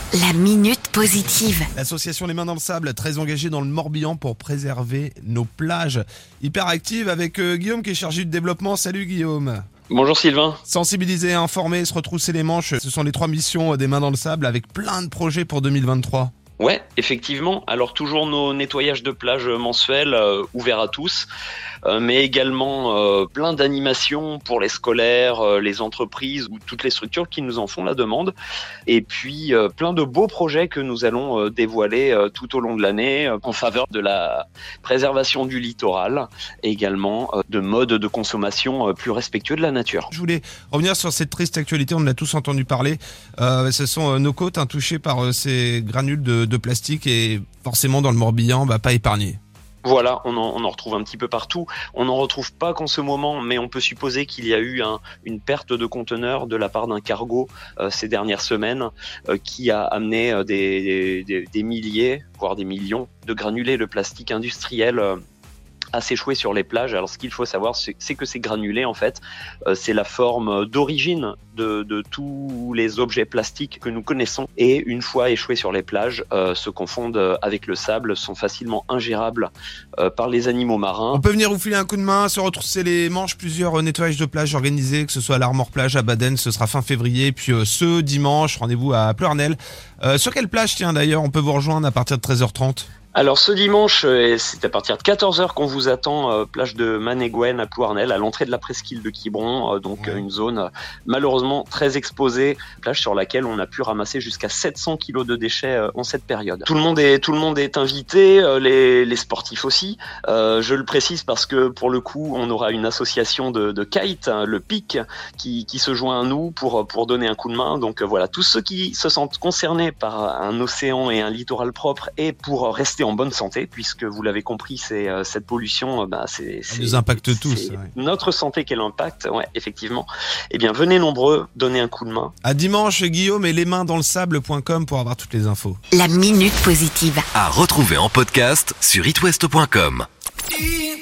La minute positive. L'association Les Mains dans le Sable, très engagée dans le Morbihan pour préserver nos plages. Hyper active avec Guillaume qui est chargé de développement. Salut Guillaume. Bonjour Sylvain. Sensibiliser, informer, se retrousser les manches, ce sont les 3 missions des Mains dans le Sable avec plein de projets pour 2023. Ouais, effectivement. Alors toujours nos nettoyages de plage mensuels ouverts à tous, mais également plein d'animations pour les scolaires, les entreprises ou toutes les structures qui nous en font la demande. Et puis plein de beaux projets que nous allons dévoiler tout au long de l'année en faveur de la préservation du littoral et également de modes de consommation plus respectueux de la nature. Je voulais revenir sur cette triste actualité, on en a tous entendu parler. Ce sont nos côtes touchées par ces granules de plastique et forcément dans le Morbihan, pas épargnées. Voilà, on en retrouve un petit peu partout. On n'en retrouve pas qu'en ce moment, mais on peut supposer qu'il y a eu une perte de conteneurs de la part d'un cargo ces dernières semaines qui a amené des milliers, voire des millions de granulés de plastique industriel à s'échouer sur les plages. Alors ce qu'il faut savoir, c'est que ces granulés, en fait, c'est la forme d'origine de tous les objets plastiques que nous connaissons. Et une fois échoués sur les plages, se confondent avec le sable, sont facilement ingérables par les animaux marins. On peut venir vous filer un coup de main, se retrousser les manches, plusieurs nettoyages de plage organisés, que ce soit à l'Armor Plage, à Baden, ce sera fin février, puis ce dimanche, rendez-vous à Pleurnel. Sur quelle plage, tiens d'ailleurs, on peut vous rejoindre à partir de 13h30 ? Alors ce dimanche, c'est à partir de 14h qu'on vous attend, plage de Manégouen à Plouarnel, à l'entrée de la presqu'île de Quiberon, une zone malheureusement très exposée, plage sur laquelle on a pu ramasser jusqu'à 700 kilos de déchets en cette période. Tout le monde est invité, les sportifs aussi. Je le précise parce que pour le coup, on aura une association de kite, le PIC, qui se joint à nous pour donner un coup de main. Donc voilà, tous ceux qui se sentent concernés par un océan et un littoral propre et pour rester en bonne santé, puisque vous l'avez compris, cette pollution, c'est nous impacte tous. C'est notre santé qu'elle impacte, ouais, effectivement. Eh bien, venez nombreux, donnez un coup de main. À dimanche, Guillaume, et lesmainsdanslesable.com pour avoir toutes les infos. La minute positive. À retrouver en podcast sur itwest.com.